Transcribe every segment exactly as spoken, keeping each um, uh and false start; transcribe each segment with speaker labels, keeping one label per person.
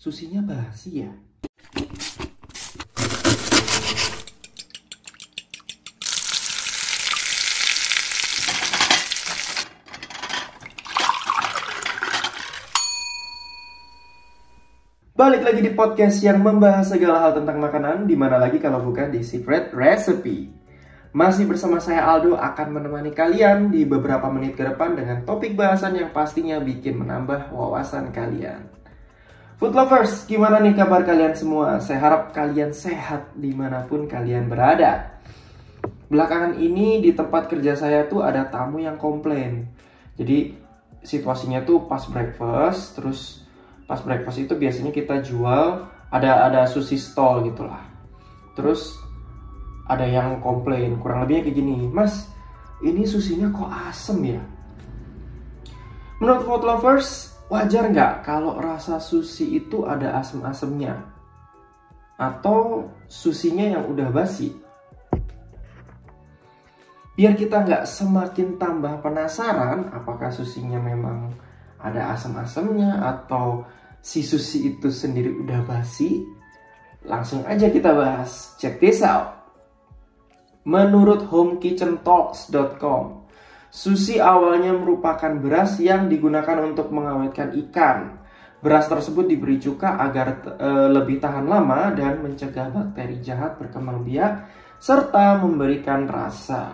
Speaker 1: Sushinya basi ya? Balik lagi di podcast yang membahas segala hal tentang makanan, dimana lagi kalau bukan di Secret Recipe. Masih bersama saya Aldo akan menemani kalian di beberapa menit ke depan dengan topik bahasan yang pastinya bikin menambah wawasan kalian. Food lovers, gimana nih kabar kalian semua? Saya harap kalian sehat dimanapun kalian berada. Belakangan ini di tempat kerja saya tuh ada tamu yang komplain. Jadi situasinya tuh pas breakfast, terus pas breakfast itu biasanya kita jual ada ada sushi stall gitulah. Terus ada yang komplain, kurang lebihnya kayak gini, Mas, ini sushinya kok asem ya? Menurut food lovers, wajar nggak kalau rasa sushi itu ada asem-asemnya? Atau sushinya yang udah basi? Biar kita nggak semakin tambah penasaran apakah sushinya memang ada asam-asamnya atau si sushi itu sendiri udah basi, langsung aja kita bahas. Check this out. Menurut home kitchen talks dot com, sushi awalnya merupakan beras yang digunakan untuk mengawetkan ikan. Beras tersebut diberi cuka agar e, lebih tahan lama dan mencegah bakteri jahat berkembang biak serta memberikan rasa.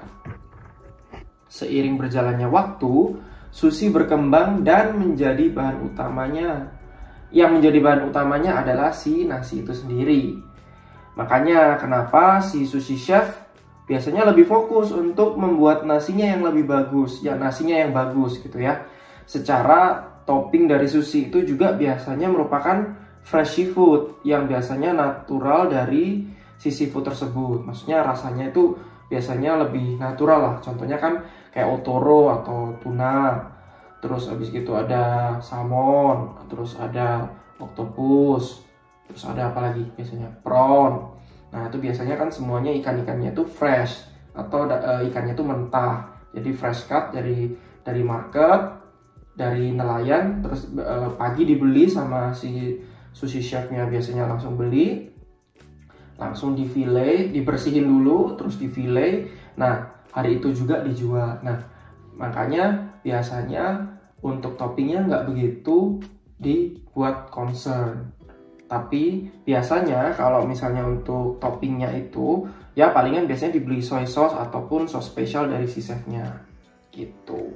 Speaker 1: Seiring berjalannya waktu, sushi berkembang dan menjadi bahan utamanya. Yang menjadi bahan utamanya adalah si nasi itu sendiri. Makanya kenapa si sushi chef biasanya lebih fokus untuk membuat nasinya yang lebih bagus, ya nasinya yang bagus gitu ya. Secara topping dari sushi itu juga biasanya merupakan fresh seafood yang biasanya natural dari si seafood tersebut. Maksudnya rasanya itu biasanya lebih natural lah. Contohnya kan kayak otoro atau tuna. Terus habis gitu ada salmon, terus ada octopus, terus ada apa lagi biasanya prawn. Nah itu biasanya kan semuanya ikan-ikannya tuh fresh atau uh, ikannya tuh mentah. Jadi fresh cut dari dari market, dari nelayan, terus uh, pagi dibeli sama si sushi chefnya, biasanya langsung beli, langsung di fillet, dibersihin dulu, terus di fillet. Nah hari itu juga dijual. Nah makanya biasanya untuk toppingnya nggak begitu dibuat concern. Tapi biasanya kalau misalnya untuk toppingnya itu ya palingan biasanya dibeli soy sauce ataupun sauce spesial dari si chefnya gitu.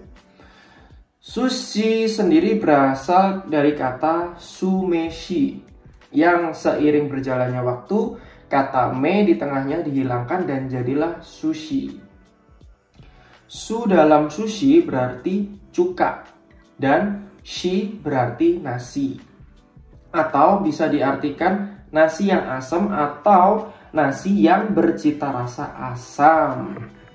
Speaker 1: Sushi sendiri berasal dari kata sumeshi yang seiring berjalannya waktu kata me di tengahnya dihilangkan dan jadilah sushi. Su dalam sushi berarti cuka dan shi berarti nasi. Atau bisa diartikan nasi yang asam atau nasi yang bercita rasa asam.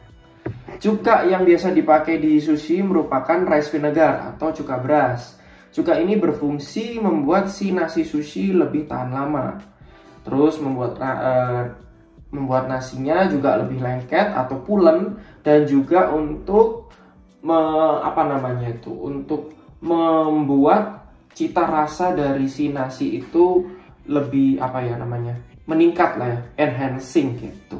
Speaker 1: Cuka yang biasa dipakai di sushi merupakan rice vinegar atau cuka beras. Cuka ini berfungsi membuat si nasi sushi lebih tahan lama. Terus membuat uh, membuat nasinya juga lebih lengket atau pulen, dan juga untuk me, apa namanya itu untuk membuat cita rasa dari si nasi itu lebih apa ya namanya meningkat lah ya, enhancing gitu.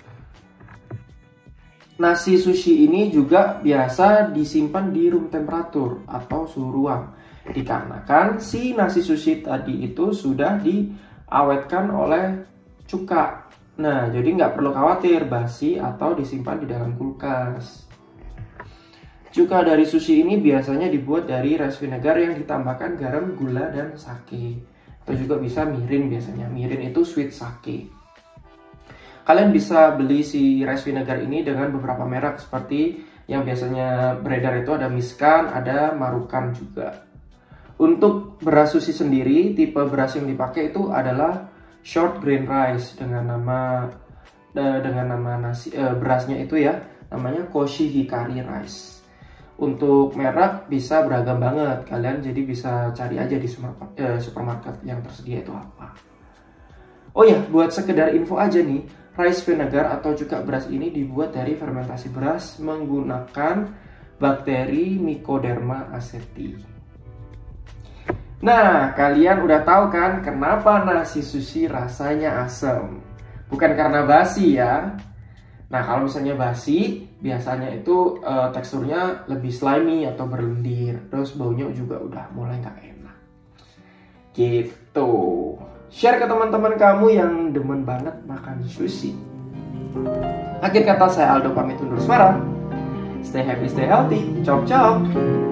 Speaker 1: Nasi sushi ini juga biasa disimpan di room temperatur atau suhu ruang, dikarenakan si nasi sushi tadi itu sudah diawetkan oleh cuka. Nah jadi nggak perlu khawatir basi atau disimpan di dalam kulkas. Cuka dari sushi ini biasanya dibuat dari rice vinegar yang ditambahkan garam, gula, dan sake. Atau juga bisa mirin biasanya. Mirin itu sweet sake. Kalian bisa beli si rice vinegar ini dengan beberapa merek seperti yang biasanya beredar itu ada Mizkan, ada Marukan juga. Untuk beras sushi sendiri, tipe beras yang dipakai itu adalah short grain rice dengan nama dengan nama nasi eh, berasnya itu ya, namanya Koshi Hikari rice. Untuk merek bisa beragam banget, kalian jadi bisa cari aja di supermarket, eh, supermarket yang tersedia itu apa. Oh ya, buat sekedar info aja nih, rice vinegar atau cuka beras ini dibuat dari fermentasi beras menggunakan bakteri Mycoderma aceti. Nah, kalian udah tahu kan kenapa nasi sushi rasanya asam? Bukan karena basi ya. Nah, kalau misalnya basi, biasanya itu uh, teksturnya lebih slimy atau berlendir. Terus baunya juga udah mulai nggak enak. Gitu. Share ke teman-teman kamu yang demen banget makan sushi. Akhir kata saya Aldo pamit undur suara. Stay happy, stay healthy. Chop chop.